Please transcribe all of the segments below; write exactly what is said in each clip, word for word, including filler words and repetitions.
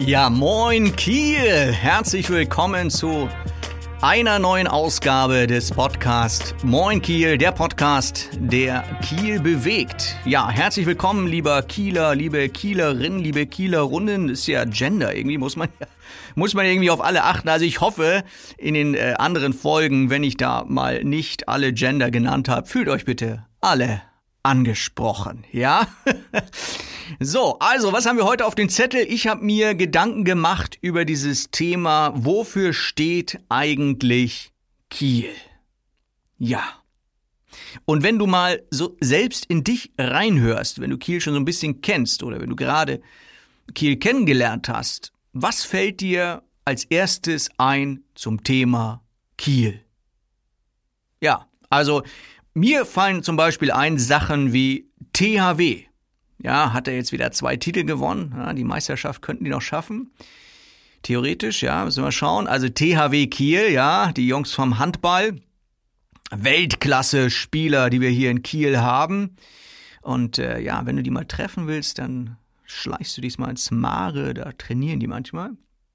Ja, moin Kiel! Herzlich willkommen zu einer neuen Ausgabe des Podcasts Moin Kiel, der Podcast, der Kiel bewegt. Ja, herzlich willkommen, lieber Kieler, liebe Kielerinnen, liebe Kielerrunden. Das ist ja Gender, irgendwie muss man ja, muss man irgendwie auf alle achten. Also ich hoffe, in den äh, anderen Folgen, wenn ich da mal nicht alle Gender genannt habe, fühlt euch bitte alle angesprochen, ja? So, also, was haben wir heute auf den Zettel? Ich habe mir Gedanken gemacht über dieses Thema, wofür steht eigentlich Kiel? Ja. Und wenn du mal so selbst in dich reinhörst, wenn du Kiel schon so ein bisschen kennst oder wenn du gerade Kiel kennengelernt hast, was fällt dir als erstes ein zum Thema Kiel? Ja, also mir fallen zum Beispiel ein Sachen wie T H W. Ja, hat er jetzt wieder zwei Titel gewonnen. Ja, die Meisterschaft könnten die noch schaffen. Theoretisch, ja, müssen wir schauen. Also T H W Kiel, ja, die Jungs vom Handball. Weltklasse-Spieler, die wir hier in Kiel haben. Und äh, ja, wenn du die mal treffen willst, dann schleichst du dich mal ins Mare, da trainieren die manchmal.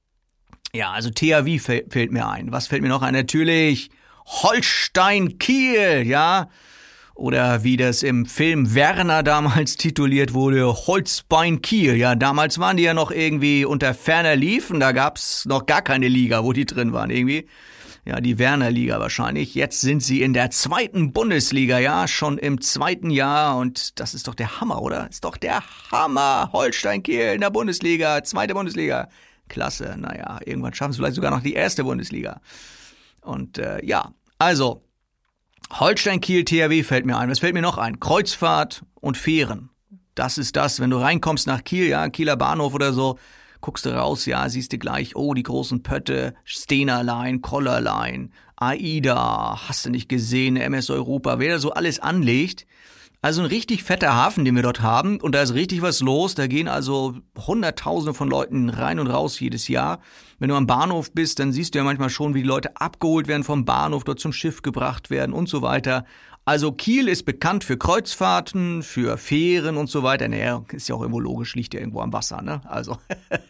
Ja, also T H W fällt, fällt mir ein. Was fällt mir noch ein? Natürlich Holstein Kiel, ja. Oder wie das im Film Werner damals tituliert wurde, Holzbein Kiel. Ja, damals waren die ja noch irgendwie unter ferner Liefen. Da gab's noch gar keine Liga, wo die drin waren irgendwie. Ja, die Werner-Liga wahrscheinlich. Jetzt sind sie in der zweiten Bundesliga, ja, schon im zweiten Jahr. Und das ist doch der Hammer, oder? Ist doch der Hammer. Holstein Kiel in der Bundesliga, zweite Bundesliga. Klasse, naja, irgendwann schaffen sie vielleicht sogar noch die erste Bundesliga. Und äh, ja, also Holstein Kiel, T H W fällt mir ein. Was fällt mir noch ein? Kreuzfahrt und Fähren. Das ist das, wenn du reinkommst nach Kiel, ja, Kieler Bahnhof oder so, guckst du raus, ja, siehst du gleich, oh, die großen Pötte, Stena-Line, Collar-Line, AIDA, hast du nicht gesehen, M S Europa, wer da so alles anlegt. Also ein richtig fetter Hafen, den wir dort haben, und da ist richtig was los. Da gehen also Hunderttausende von Leuten rein und raus jedes Jahr. Wenn du am Bahnhof bist, dann siehst du ja manchmal schon, wie die Leute abgeholt werden vom Bahnhof, dort zum Schiff gebracht werden und so weiter. Also Kiel ist bekannt für Kreuzfahrten, für Fähren und so weiter. Naja, ist ja auch irgendwo logisch, liegt ja irgendwo am Wasser, ne? Also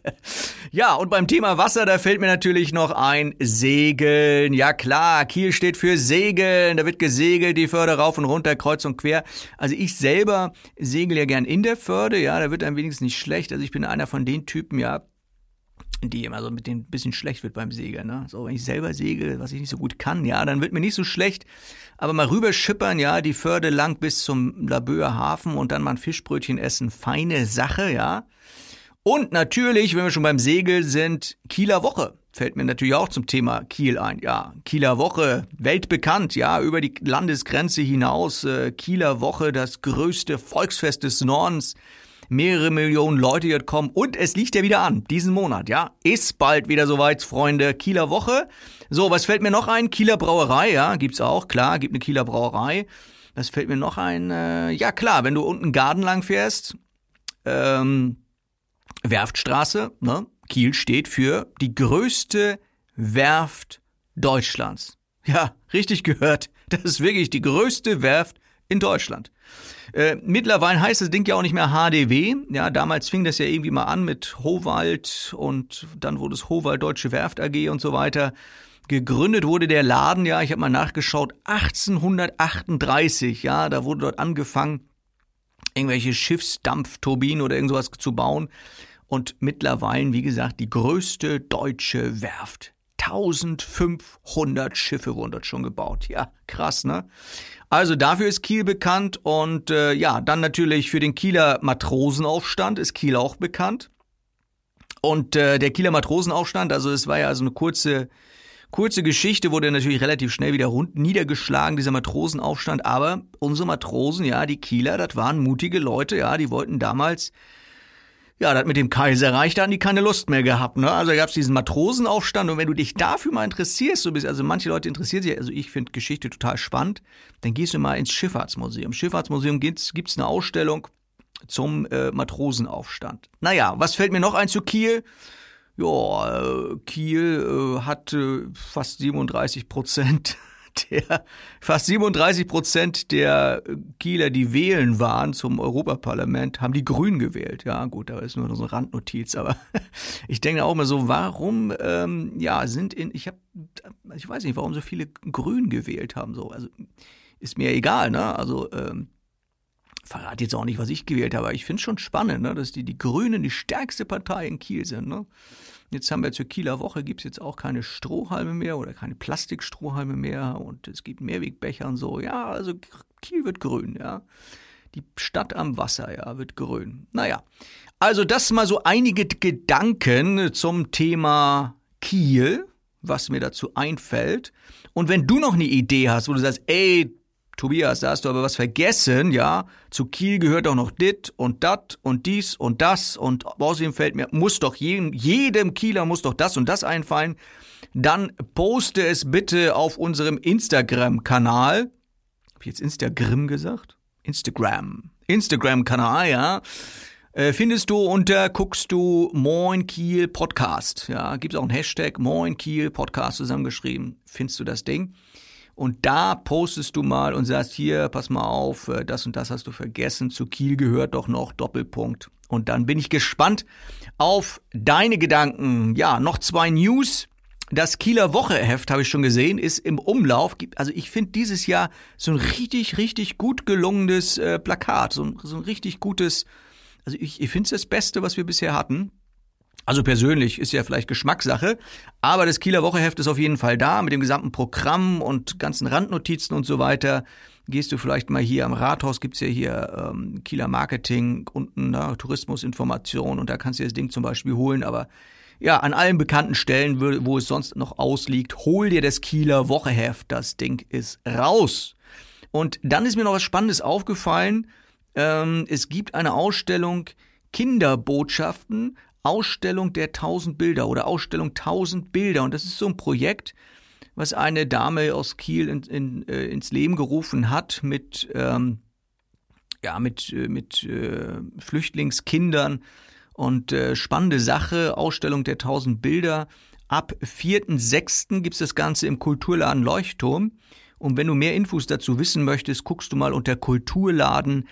ja, und beim Thema Wasser, da fällt mir natürlich noch ein Segeln. Ja klar, Kiel steht für Segeln. Da wird gesegelt, die Förde rauf und runter, kreuz und quer. Also ich selber segel ja gern in der Förde, ja, da wird einem wenigstens nicht schlecht. Also ich bin einer von den Typen, ja, die immer so mit denen ein bisschen schlecht wird beim Segeln, ne? So, wenn ich selber segel, was ich nicht so gut kann, ja, dann wird mir nicht so schlecht. Aber mal rüber schippern, ja, die Förde lang bis zum Laboer Hafen und dann mal ein Fischbrötchen essen, feine Sache, ja. Und natürlich, wenn wir schon beim Segeln sind, Kieler Woche fällt mir natürlich auch zum Thema Kiel ein. Ja, Kieler Woche, weltbekannt, ja, über die Landesgrenze hinaus. Äh, Kieler Woche, das größte Volksfest des Nordens. Mehrere Millionen Leute, die dort kommen. Und es liegt ja wieder an, diesen Monat, ja. Ist bald wieder soweit, Freunde. Kieler Woche. So, was fällt mir noch ein? Kieler Brauerei, ja, gibt's auch, klar, gibt eine Kieler Brauerei. Was fällt mir noch ein? Äh, ja, klar, wenn du unten Garden lang fährst, ähm, Werftstraße, ne? Kiel steht für die größte Werft Deutschlands. Ja, richtig gehört. Das ist wirklich die größte Werft in Deutschland. Äh, mittlerweile heißt das Ding ja auch nicht mehr H D W. Ja, damals fing das ja irgendwie mal an mit Howald und dann wurde es Howald Deutsche Werft A G und so weiter. Gegründet wurde der Laden, ja, ich habe mal nachgeschaut, achtzehnhundertachtunddreißig, ja, da wurde dort angefangen, irgendwelche Schiffsdampfturbinen oder irgend sowas zu bauen. Und mittlerweile, wie gesagt, die größte deutsche Werft. eintausendfünfhundert Schiffe wurden dort schon gebaut. Ja, krass, ne? Also dafür ist Kiel bekannt und äh, ja, dann natürlich für den Kieler Matrosenaufstand ist Kiel auch bekannt. Und äh, der Kieler Matrosenaufstand, also es war ja also eine kurze kurze Geschichte, wurde natürlich relativ schnell wieder rund niedergeschlagen, dieser Matrosenaufstand. Aber unsere Matrosen, ja, die Kieler, das waren mutige Leute, ja, die wollten damals, ja, das mit dem Kaiserreich, da hatten die keine Lust mehr gehabt, ne? Also da gab's diesen Matrosenaufstand und wenn du dich dafür mal interessierst, so bist, also manche Leute interessieren sich, also ich finde Geschichte total spannend, dann gehst du mal ins Schifffahrtsmuseum. Schifffahrtsmuseum gibt's, gibt's eine Ausstellung zum äh, Matrosenaufstand. Naja, was fällt mir noch ein zu Kiel? Ja, äh, Kiel äh, hat äh, fast siebenunddreißig Prozent der fast siebenunddreißig Prozent der Kieler, die wählen waren zum Europaparlament, haben die Grünen gewählt. Ja gut, da ist nur so eine Randnotiz, aber ich denke auch mal so, warum, ähm, ja, sind in, ich habe, ich weiß nicht, warum so viele Grünen gewählt haben, so, also ist mir egal, ne, also, ähm, verrate jetzt auch nicht, was ich gewählt habe, aber ich finde es schon spannend, ne, dass die, die Grünen die stärkste Partei in Kiel sind, ne. Jetzt haben wir zur Kieler Woche, gibt es jetzt auch keine Strohhalme mehr oder keine Plastikstrohhalme mehr und es gibt Mehrwegbecher und so. Ja, also Kiel wird grün, ja. Die Stadt am Wasser, ja, wird grün. Naja, also das mal so einige Gedanken zum Thema Kiel, was mir dazu einfällt. Und wenn du noch eine Idee hast, wo du sagst, ey, Tobias, da hast du aber was vergessen, ja. Zu Kiel gehört auch noch dit und dat und dies und das und außerdem fällt mir, muss doch jedem, jedem Kieler muss doch das und das einfallen. Dann poste es bitte auf unserem Instagram-Kanal. Hab ich jetzt Instagram gesagt? Instagram. Instagram-Kanal, ja. Äh, findest du unter, guckst du Moin Kiel Podcast. Ja, gibt's auch einen Hashtag Moin Kiel Podcast zusammengeschrieben. Findest du das Ding? Und da postest du mal und sagst, hier, pass mal auf, das und das hast du vergessen, zu Kiel gehört doch noch, Doppelpunkt. Und dann bin ich gespannt auf deine Gedanken. Ja, noch zwei News. Das Kieler Wocheheft, habe ich schon gesehen, ist im Umlauf. Also ich finde dieses Jahr so ein richtig, richtig gut gelungenes äh, Plakat. So ein, so ein richtig gutes, also ich, ich finde es das Beste, was wir bisher hatten. Also persönlich ist ja vielleicht Geschmackssache, aber das Kieler Wocheheft ist auf jeden Fall da mit dem gesamten Programm und ganzen Randnotizen und so weiter. Gehst du vielleicht mal hier am Rathaus, gibt's ja hier ähm, Kieler Marketing, unten na, Tourismusinformation und da kannst du das Ding zum Beispiel holen. Aber ja, an allen bekannten Stellen, wo, wo es sonst noch ausliegt, hol dir das Kieler Wocheheft. Das Ding ist raus. Und dann ist mir noch was Spannendes aufgefallen. Ähm, es gibt eine Ausstellung Kinderbotschaften, Ausstellung der tausend Bilder oder Ausstellung tausend Bilder. Und das ist so ein Projekt, was eine Dame aus Kiel in, in, äh, ins Leben gerufen hat mit, ähm, ja, mit, äh, mit äh, Flüchtlingskindern. Und äh, spannende Sache, Ausstellung der tausend Bilder. Ab vierten sechsten gibt's das Ganze im Kulturladen Leuchtturm. Und wenn du mehr Infos dazu wissen möchtest, guckst du mal unter kulturladen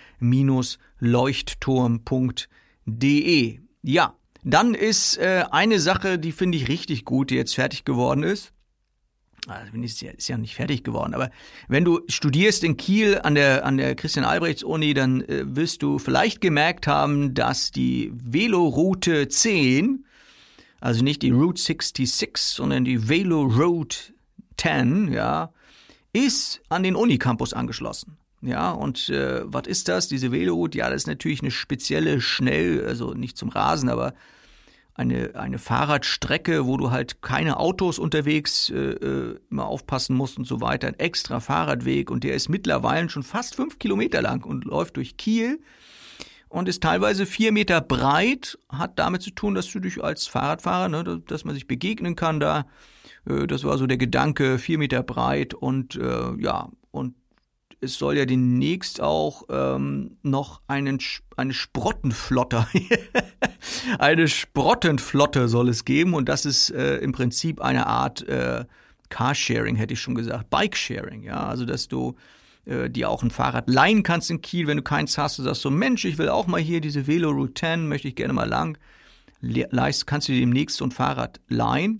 Leuchtturm punkt de. Ja. Dann ist äh, eine Sache, die finde ich richtig gut, die jetzt fertig geworden ist. Also ist ja, ist ja nicht fertig geworden, aber wenn du studierst in Kiel an der an der Christian-Albrechts-Uni, dann äh, wirst du vielleicht gemerkt haben, dass die Veloroute zehn, also nicht die Route sechsundsechzig, sondern die Veloroute zehn, ja, ist an den Unicampus angeschlossen. Ja, und äh, was ist das, diese Veloroute? Ja, das ist natürlich eine spezielle, schnell, also nicht zum Rasen, aber eine eine Fahrradstrecke, wo du halt keine Autos unterwegs äh, immer aufpassen musst und so weiter. Ein extra Fahrradweg und der ist mittlerweile schon fast fünf Kilometer lang und läuft durch Kiel und ist teilweise vier Meter breit. Hat damit zu tun, dass du dich als Fahrradfahrer, ne, dass man sich begegnen kann da. Äh, das war so der Gedanke, vier Meter breit und äh, ja, und es soll ja demnächst auch ähm, noch einen, eine Sprottenflotte, eine Sprottenflotte soll es geben und das ist äh, im Prinzip eine Art äh, Carsharing, hätte ich schon gesagt, Bikesharing, ja, also dass du äh, dir auch ein Fahrrad leihen kannst in Kiel, wenn du keins hast, du sagst so, Mensch, ich will auch mal hier diese Veloroute zehn, möchte ich gerne mal lang, leist, kannst du dir demnächst so ein Fahrrad leihen.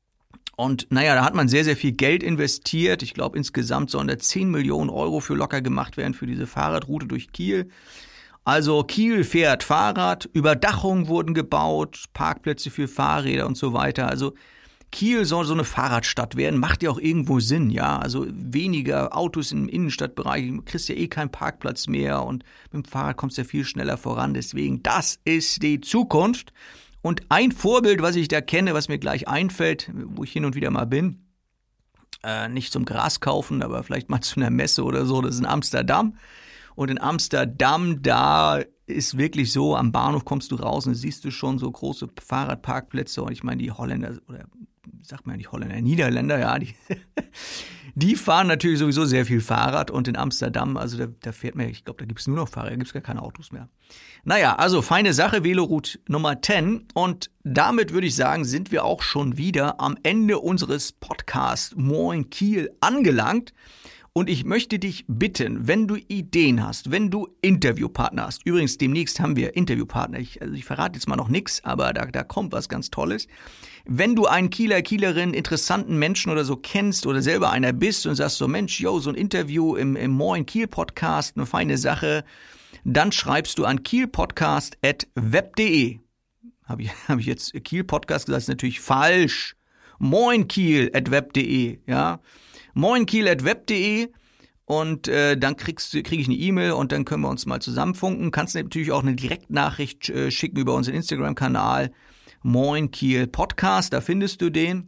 Und naja, da hat man sehr, sehr viel Geld investiert. Ich glaube, insgesamt sollen da zehn Millionen Euro für locker gemacht werden für diese Fahrradroute durch Kiel. Also Kiel fährt Fahrrad, Überdachungen wurden gebaut, Parkplätze für Fahrräder und so weiter. Also Kiel soll so eine Fahrradstadt werden, macht ja auch irgendwo Sinn, ja. Also weniger Autos im Innenstadtbereich, du kriegst ja eh keinen Parkplatz mehr und mit dem Fahrrad kommst du ja viel schneller voran. Deswegen, das ist die Zukunft. Und ein Vorbild, was ich da kenne, was mir gleich einfällt, wo ich hin und wieder mal bin, äh, nicht zum Gras kaufen, aber vielleicht mal zu einer Messe oder so, das ist in Amsterdam. Und in Amsterdam, da ist wirklich so, am Bahnhof kommst du raus und siehst du schon so große Fahrradparkplätze. Und ich meine, die Holländer oder sagt man ja nicht Holländer, Niederländer, ja, die, die fahren natürlich sowieso sehr viel Fahrrad und in Amsterdam, also da, da fährt man, ich glaube, da gibt es nur noch Fahrräder, da gibt es gar keine Autos mehr. Naja, also feine Sache, Veloroute Nummer zehn und damit würde ich sagen, sind wir auch schon wieder am Ende unseres Podcasts Moin Kiel angelangt. Und ich möchte dich bitten, wenn du Ideen hast, wenn du Interviewpartner hast, übrigens demnächst haben wir Interviewpartner, ich, also ich verrate jetzt mal noch nichts, aber da, da kommt was ganz Tolles. Wenn du einen Kieler, Kielerin, interessanten Menschen oder so kennst oder selber einer bist und sagst so, Mensch, yo, so ein Interview im, im Moin Kiel Podcast, eine feine Sache, dann schreibst du an kielpodcast at web punkt de. Habe ich, hab ich jetzt Kiel Podcast gesagt, ist natürlich falsch. moinkiel at web punkt de, ja. moinkiel at web punkt de und äh, dann kriegst du kriege ich eine E-Mail und dann können wir uns mal zusammenfunken. Kannst natürlich auch eine Direktnachricht äh, schicken über unseren Instagram-Kanal Moin Kiel Podcast, da findest du den.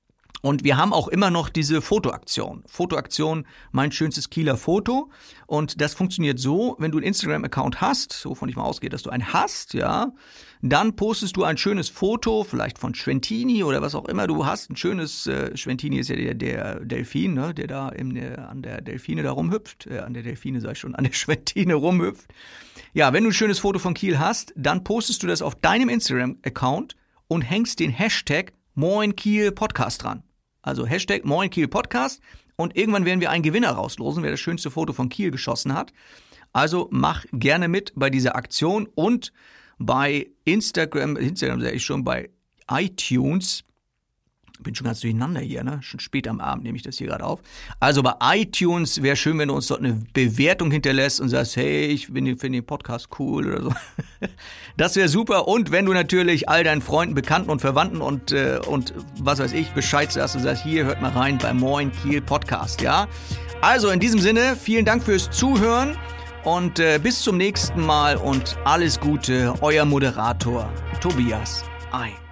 Und wir haben auch immer noch diese Fotoaktion. Fotoaktion, mein schönstes Kieler Foto. Und das funktioniert so, wenn du einen Instagram-Account hast, wovon ich mal ausgehe, dass du einen hast, ja, dann postest du ein schönes Foto, vielleicht von Schwentini oder was auch immer du hast. Ein schönes, äh, Schwentini ist ja der, der Delfin, ne, der da im, der, an der Delfine da rumhüpft. Äh, an der Delfine sag ich schon, an der Schwentine rumhüpft. Ja, wenn du ein schönes Foto von Kiel hast, dann postest du das auf deinem Instagram-Account und hängst den Hashtag Moin Kiel Podcast dran. Also Hashtag Moin Kiel Podcast und irgendwann werden wir einen Gewinner rauslosen, wer das schönste Foto von Kiel geschossen hat. Also mach gerne mit bei dieser Aktion und bei Instagram, Instagram sage ich schon, bei iTunes, bin schon ganz durcheinander hier, ne? Schon spät am Abend nehme ich das hier gerade auf. Also bei iTunes wäre schön, wenn du uns dort eine Bewertung hinterlässt und sagst, hey, ich finde den Podcast cool oder so. Das wäre super. Und wenn du natürlich all deinen Freunden, Bekannten und Verwandten und, äh, und was weiß ich Bescheid sagst und sagst, hier, hört mal rein bei Moin Kiel Podcast, ja? Also in diesem Sinne, vielen Dank fürs Zuhören und äh, bis zum nächsten Mal und alles Gute, euer Moderator Tobias Ein.